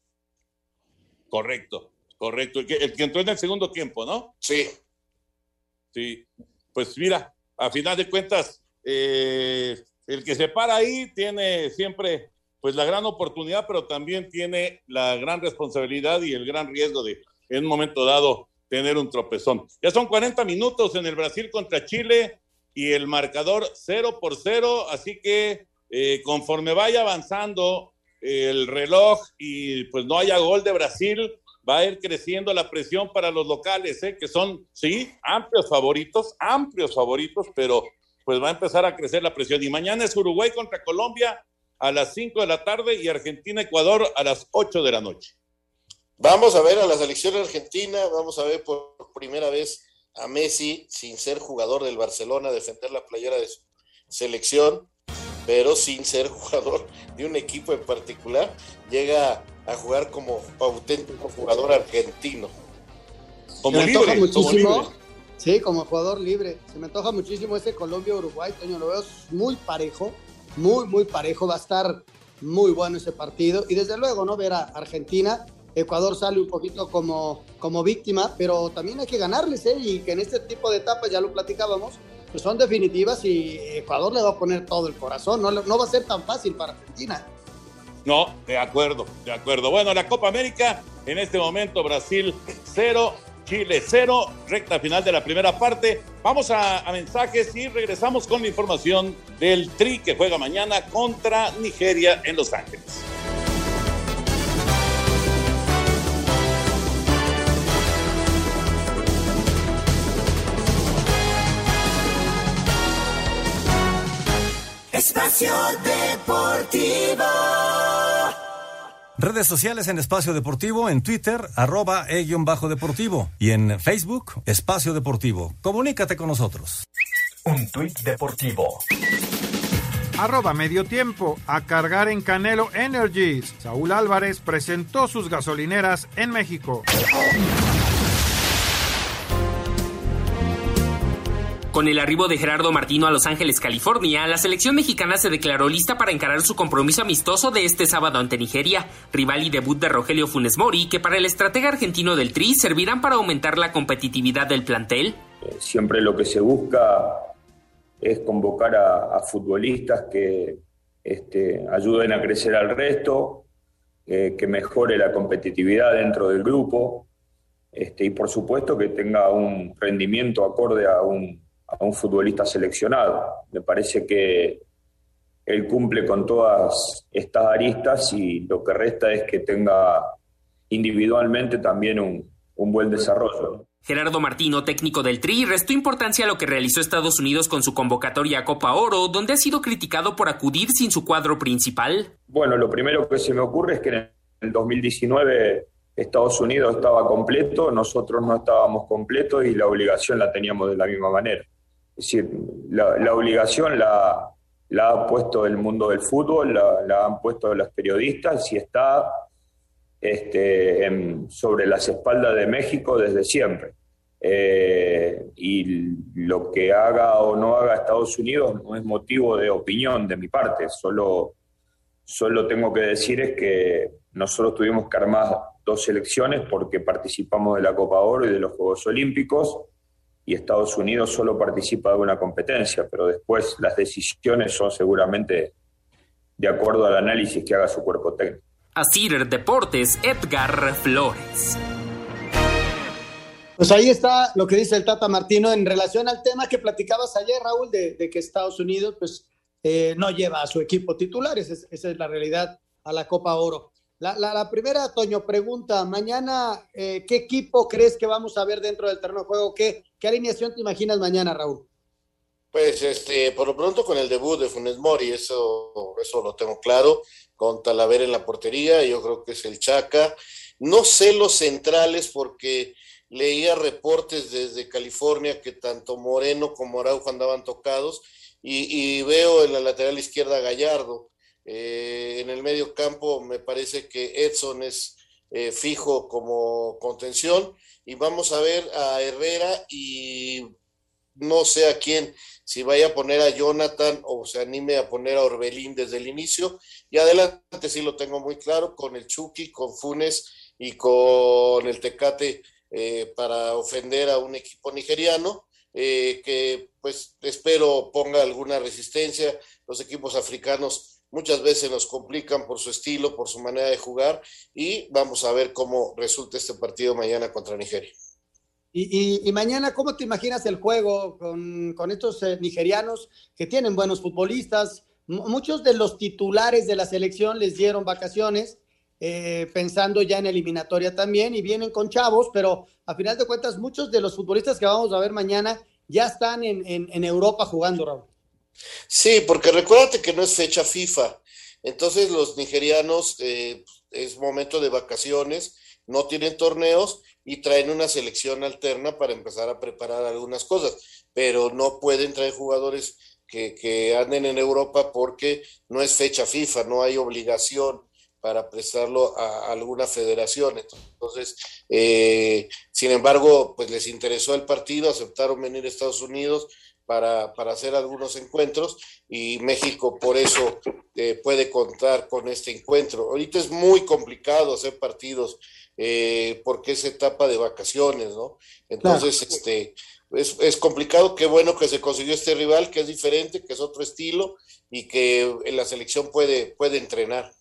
Speaker 10: Correcto, correcto. El que, el que entró en el segundo tiempo, ¿no?
Speaker 11: Sí.
Speaker 10: Sí. Pues mira, a final de cuentas, eh, el que se para ahí tiene siempre pues la gran oportunidad, pero también tiene la gran responsabilidad y el gran riesgo de en un momento dado tener un tropezón. Ya son cuarenta minutos en el Brasil contra Chile y el marcador cero por cero, así que eh, conforme vaya avanzando el reloj y pues no haya gol de Brasil, va a ir creciendo la presión para los locales, ¿eh? Que son, sí, amplios favoritos, amplios favoritos, pero pues va a empezar a crecer la presión. Y mañana es Uruguay contra Colombia a las cinco de la tarde y Argentina-Ecuador a las ocho de la noche.
Speaker 11: Vamos a ver a la selección argentina, vamos a ver por primera vez a Messi, sin ser jugador del Barcelona, defender la playera de su selección, pero sin ser jugador de un equipo en particular, llega a jugar como auténtico jugador argentino.
Speaker 7: Como libre, antoja muchísimo, como libre. Sí, como jugador libre. Se me antoja muchísimo ese Colombia-Uruguay, Toño, lo veo muy parejo, muy, muy parejo, va a estar muy bueno ese partido. Y desde luego, ¿no? Ver a Argentina. Ecuador sale un poquito como, como víctima, pero también hay que ganarles, ¿eh? Y que en este tipo de etapas, ya lo platicábamos, pues son definitivas y Ecuador le va a poner todo el corazón, no, no va a ser tan fácil para Argentina.
Speaker 10: No, de acuerdo, de acuerdo. Bueno, la Copa América, en este momento Brasil cero, Chile cero, recta final de la primera parte. Vamos a, a mensajes y regresamos con la información del Tri que juega mañana contra Nigeria en Los Ángeles.
Speaker 14: Espacio Deportivo.
Speaker 20: Redes sociales en Espacio Deportivo, en Twitter, arroba e-deportivo y en Facebook, Espacio Deportivo. Comunícate con nosotros.
Speaker 9: Un tuit deportivo.
Speaker 1: Arroba medio tiempo, a cargar en Canelo Energies. Saúl Álvarez presentó sus gasolineras en México.
Speaker 15: Con el arribo de Gerardo Martino a Los Ángeles, California, la selección mexicana se declaró lista para encarar su compromiso amistoso de este sábado ante Nigeria, rival y debut de Rogelio Funes Mori, que para el estratega argentino del Tri servirán para aumentar la competitividad del plantel.
Speaker 21: Siempre lo que se busca es convocar a, a futbolistas que este, ayuden a crecer al resto, eh, que mejore la competitividad dentro del grupo este, y por supuesto que tenga un rendimiento acorde a un a un futbolista seleccionado. Me parece que él cumple con todas estas aristas y lo que resta es que tenga individualmente también un, un buen desarrollo.
Speaker 15: Gerardo Martino, técnico del Tri, restó importancia a lo que realizó Estados Unidos con su convocatoria a Copa Oro, donde ha sido criticado por acudir sin su cuadro principal.
Speaker 21: Bueno, lo primero que se me ocurre es que en el dos mil diecinueve Estados Unidos estaba completo, nosotros no estábamos completos y la obligación la teníamos de la misma manera. Es decir, la, la obligación la, la ha puesto el mundo del fútbol, la, la han puesto los periodistas y está este, en, sobre las espaldas de México desde siempre. Eh, y lo que haga o no haga Estados Unidos no es motivo de opinión de mi parte, solo, solo tengo que decir es que nosotros tuvimos que armar dos selecciones porque participamos de la Copa Oro y de los Juegos Olímpicos. y Estados Unidos solo participa de una competencia, pero después las decisiones son seguramente de acuerdo al análisis que haga su cuerpo técnico.
Speaker 15: Asir Deportes, Edgar Flores.
Speaker 7: Pues ahí está lo que dice el Tata Martino en relación al tema que platicabas ayer, Raúl, de, de que Estados Unidos pues eh, no lleva a su equipo titular, esa es, esa es la realidad a la Copa Oro. La, la, la primera, Toño, pregunta, mañana, eh, ¿qué equipo crees que vamos a ver dentro del terreno de juego? ¿Qué, qué alineación te imaginas mañana, Raúl?
Speaker 11: Pues, este, por lo pronto con el debut de Funes Mori, eso, eso lo tengo claro, con Talavera en la portería, yo creo que es el Chaca. No sé los centrales porque leía reportes desde California que tanto Moreno como Araujo andaban tocados, y, y veo en la lateral izquierda a Gallardo. Eh, en el medio campo me parece que Edson es eh, fijo como contención, y vamos a ver a Herrera y no sé a quién, si vaya a poner a Jonathan o se anime a poner a Orbelín desde el inicio, y adelante sí lo tengo muy claro, con el Chucky, con Funes y con el Tecate eh, para ofender a un equipo nigeriano, eh, que pues espero ponga alguna resistencia. Los equipos africanos muchas veces nos complican por su estilo, por su manera de jugar, y vamos a ver cómo resulta este partido mañana contra Nigeria.
Speaker 7: Y, y, y mañana, ¿cómo te imaginas el juego con, con estos eh, nigerianos que tienen buenos futbolistas? M- muchos de los titulares de la selección les dieron vacaciones, eh, pensando ya en eliminatoria también, y vienen con chavos, pero a final de cuentas muchos de los futbolistas que vamos a ver mañana ya están en, en, en Europa jugando, Raúl.
Speaker 11: Sí, porque recuérdate que no es fecha FIFA, entonces los nigerianos eh, es momento de vacaciones, no tienen torneos y traen una selección alterna para empezar a preparar algunas cosas, pero no pueden traer jugadores que, que anden en Europa porque no es fecha FIFA, no hay obligación para prestarlo a alguna federación. Entonces, eh, sin embargo, pues les interesó el partido, aceptaron venir a Estados Unidos para, para hacer algunos encuentros, y México por eso eh, puede contar con este encuentro. Ahorita es muy complicado hacer partidos eh, porque es etapa de vacaciones, ¿no? Entonces, claro. este, es, es complicado. Qué bueno que se consiguió este rival, que es diferente, que es otro estilo, y que en la selección puede, puede entrenar.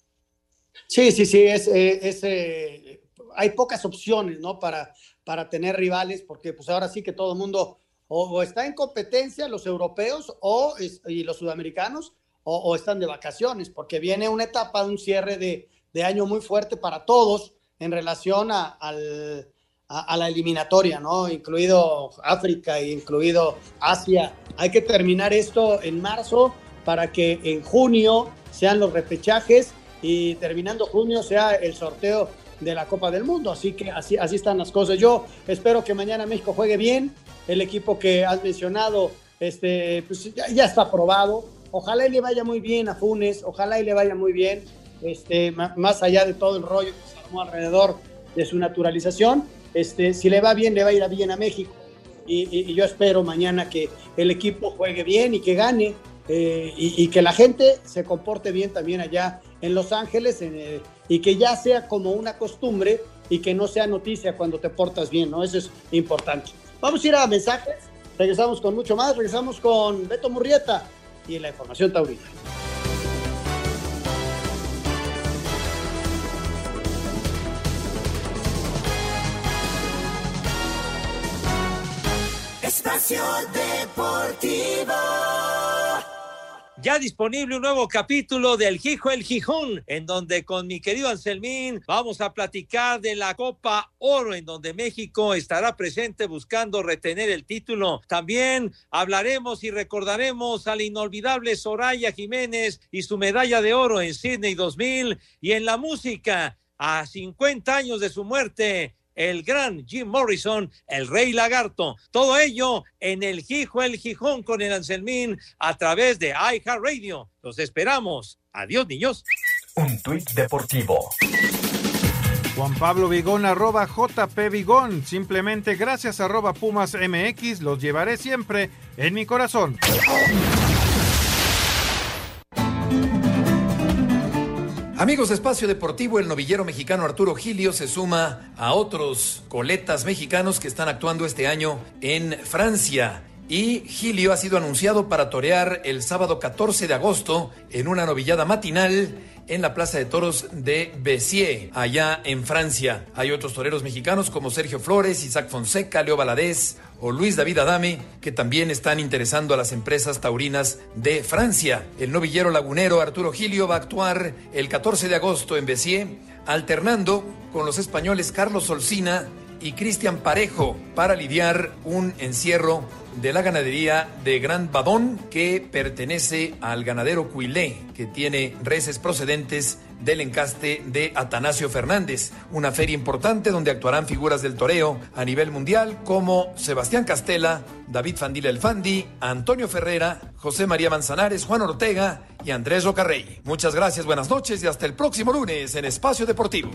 Speaker 7: Sí, sí, sí, es, es, eh, hay pocas opciones, ¿no? Para, para tener rivales, porque pues ahora sí que todo el mundo o, o está en competencia, los europeos o, y los sudamericanos, o, o están de vacaciones, porque viene una etapa, un cierre de, de año muy fuerte para todos en relación a, al, a, a la eliminatoria, ¿no? Incluido África, incluido Asia. Hay que terminar esto en marzo para que en junio sean los repechajes, y terminando junio sea el sorteo de la Copa del Mundo. Así que así, así están las cosas. Yo espero que mañana México juegue bien. El equipo que has mencionado este, pues ya, ya está probado. Ojalá y le vaya muy bien a Funes, ojalá y le vaya muy bien, este, m- más allá de todo el rollo que se armó alrededor de su naturalización. Este, si le va bien, le va a ir bien a México. Y, y, y yo espero mañana que el equipo juegue bien y que gane, eh, y, y que la gente se comporte bien también allá en Los Ángeles, en, eh, y que ya sea como una costumbre y que no sea noticia cuando te portas bien, ¿no? Eso es importante. Vamos a ir a mensajes, regresamos con mucho más, regresamos con Beto Murrieta y la información taurina.
Speaker 14: Espacio Deportivo.
Speaker 2: Ya disponible un nuevo capítulo del Hijo el Gijón, en donde con mi querido Anselmín vamos a platicar de la Copa Oro, en donde México estará presente buscando retener el título. También hablaremos y recordaremos a la inolvidable Soraya Jiménez y su medalla de oro en Sydney dos mil, y en la música, a cincuenta años de su muerte, el gran Jim Morrison, el Rey Lagarto. Todo ello en el Hijo el Gijón con el Anselmín a través de iHeartRadio. Los esperamos. Adiós, niños.
Speaker 9: Un tuit deportivo.
Speaker 1: Juan Pablo Vigón, arroba J P Vigón. Simplemente gracias, arroba Pumas M X. Los llevaré siempre en mi corazón.
Speaker 3: Amigos de Espacio Deportivo, el novillero mexicano Arturo Gilio se suma a otros coletas mexicanos que están actuando este año en Francia. Y Gilio ha sido anunciado para torear el sábado catorce de agosto en una novillada matinal en la Plaza de Toros de Béziers, allá en Francia. Hay otros toreros mexicanos como Sergio Flores, Isaac Fonseca, Leo Valadez o Luis David Adame, que también están interesando a las empresas taurinas de Francia. El novillero lagunero Arturo Gilio va a actuar el catorce de agosto en Béziers, alternando con los españoles Carlos Solsina y Cristian Parejo para lidiar un encierro de la ganadería de Grand Babón, que pertenece al ganadero Cuilé, que tiene reses procedentes del encaste de Atanasio Fernández. Una feria importante donde actuarán figuras del toreo a nivel mundial como Sebastián Castela, David Fandila el Fandi, Antonio Ferrera, José María Manzanares, Juan Ortega y Andrés Rocarrey. Muchas gracias, buenas noches y hasta el próximo lunes en Espacio Deportivo.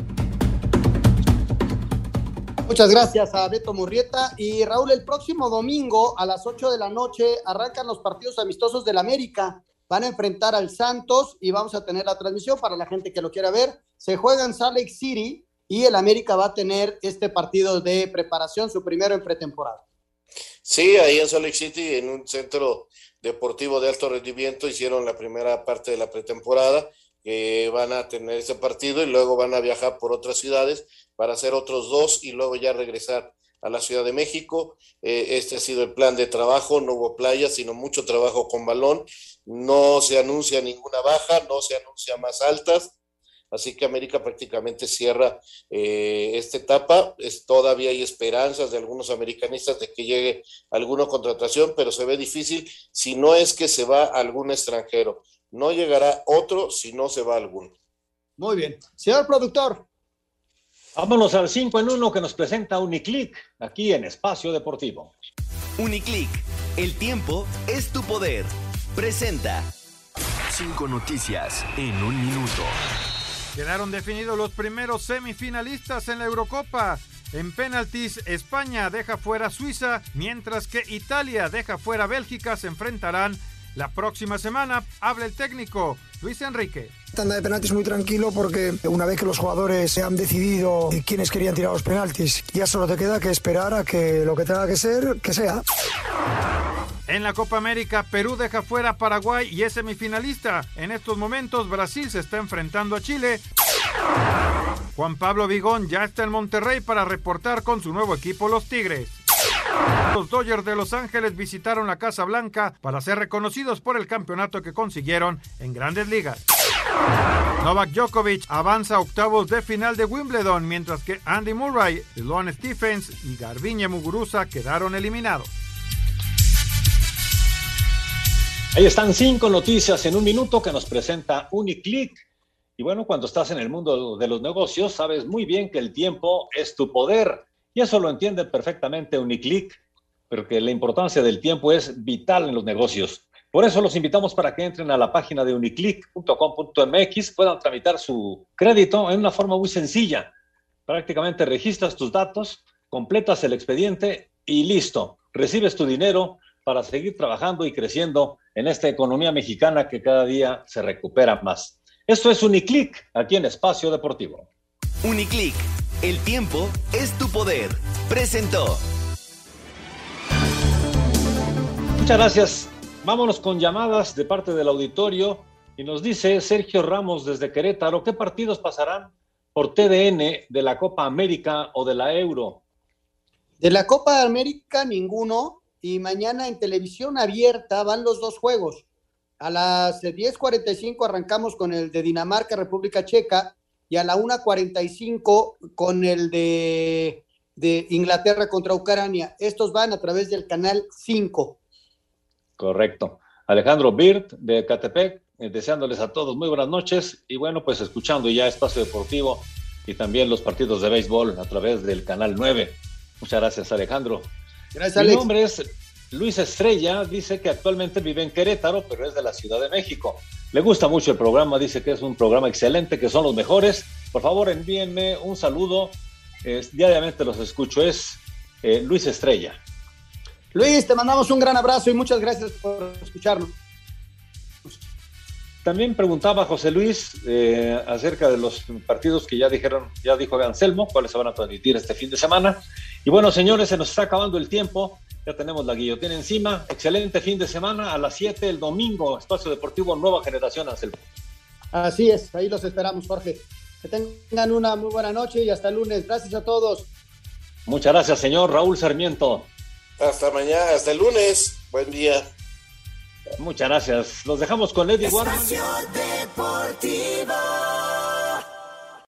Speaker 7: Muchas gracias a Beto Murrieta. Y Raúl, el próximo domingo a las ocho de la noche arrancan los partidos amistosos del América. Van a enfrentar al Santos y vamos a tener la transmisión para la gente que lo quiera ver. Se juega en Salt Lake City y el América va a tener este partido de preparación, su primero en pretemporada.
Speaker 11: Sí, ahí en Salt Lake City, en un centro deportivo de alto rendimiento, hicieron la primera parte de la pretemporada. Que van a tener ese partido y luego van a viajar por otras ciudades para hacer otros dos y luego ya regresar a la Ciudad de México. Eh, este ha sido el plan de trabajo, no hubo playa, sino mucho trabajo con balón, no se anuncia ninguna baja, no se anuncia más altas, así que América prácticamente cierra eh, esta etapa. Es, todavía hay esperanzas de algunos americanistas de que llegue alguna contratación, pero se ve difícil si no es que se va algún extranjero. No llegará otro si no se va alguno.
Speaker 7: Muy bien. Señor productor.
Speaker 2: Vámonos al cinco en uno que nos presenta Uniclick aquí en Espacio Deportivo.
Speaker 5: Uniclick, el tiempo es tu poder. Presenta cinco noticias en un minuto.
Speaker 1: Quedaron definidos los primeros semifinalistas en la Eurocopa. En penaltis, España deja fuera a Suiza, mientras que Italia deja fuera a Bélgica. Se enfrentarán la próxima semana. Habla el técnico Luis Enrique.
Speaker 16: Tanda de penaltis muy tranquilo porque una vez que los jugadores se han decidido quiénes querían tirar los penaltis, ya solo te queda que esperar a que lo que tenga que ser, que sea.
Speaker 1: En la Copa América, Perú deja fuera a Paraguay y es semifinalista. En estos momentos, Brasil se está enfrentando a Chile. Juan Pablo Vigón ya está en Monterrey para reportar con su nuevo equipo, los Tigres. Los Dodgers de Los Ángeles visitaron la Casa Blanca para ser reconocidos por el campeonato que consiguieron en Grandes Ligas. Novak Djokovic avanza a octavos de final de Wimbledon, mientras que Andy Murray, Sloane Stephens y Garbiñe Muguruza quedaron eliminados.
Speaker 2: Ahí están cinco noticias en un minuto que nos presenta Uniclick. Y bueno, cuando estás en el mundo de los negocios, sabes muy bien que el tiempo es tu poder. Y eso lo entiende perfectamente Uniclick, porque la importancia del tiempo es vital en los negocios. Por eso los invitamos para que entren a la página de uniclick punto com punto m x, puedan tramitar su crédito en una forma muy sencilla. Prácticamente registras tus datos, completas el expediente y listo. Recibes tu dinero para seguir trabajando y creciendo en esta economía mexicana que cada día se recupera más. Esto es Uniclick, aquí en Espacio Deportivo.
Speaker 5: Uniclick, el tiempo es tu poder. Presentó.
Speaker 2: Muchas gracias. Vámonos con llamadas de parte del auditorio y nos dice Sergio Ramos desde Querétaro, ¿qué partidos pasarán por T D N de la Copa América o de la Euro?
Speaker 7: De la Copa América ninguno, y mañana en televisión abierta van los dos juegos. A las diez cuarenta y cinco arrancamos con el de Dinamarca, República Checa, y a la una cuarenta y cinco con el de, de Inglaterra contra Ucrania. Estos van a través del canal cinco.
Speaker 2: Correcto. Alejandro Birt de Catepec, eh, deseándoles a todos muy buenas noches y bueno, pues escuchando ya Espacio Deportivo y también los partidos de béisbol a través del canal nueve. Muchas gracias, Alejandro.
Speaker 7: Gracias,
Speaker 2: Mi
Speaker 7: Alex.
Speaker 2: nombre es Luis Estrella, dice que actualmente vive en Querétaro, pero es de la Ciudad de México. Le gusta mucho el programa, dice que es un programa excelente, que son los mejores. Por favor, envíenme un saludo. Eh, diariamente los escucho. Es eh, Luis Estrella.
Speaker 7: Luis, te mandamos un gran abrazo y muchas gracias por escucharnos.
Speaker 4: también preguntaba José Luis eh, acerca de los partidos que ya dijeron, ya dijo Anselmo, cuáles se van a transmitir este fin de semana. Y bueno, señores, se nos está acabando el tiempo, ya tenemos la guillotina encima. Excelente fin de semana, a las siete el domingo, Espacio Deportivo Nueva Generación, Anselmo.
Speaker 7: Así es, ahí los esperamos, Jorge. Que tengan una muy buena noche y hasta el lunes. Gracias a todos.
Speaker 4: Muchas gracias, señor Raúl Sarmiento.
Speaker 11: Hasta mañana, hasta el lunes. Buen día.
Speaker 4: Muchas gracias. Los dejamos con Eddie Warman.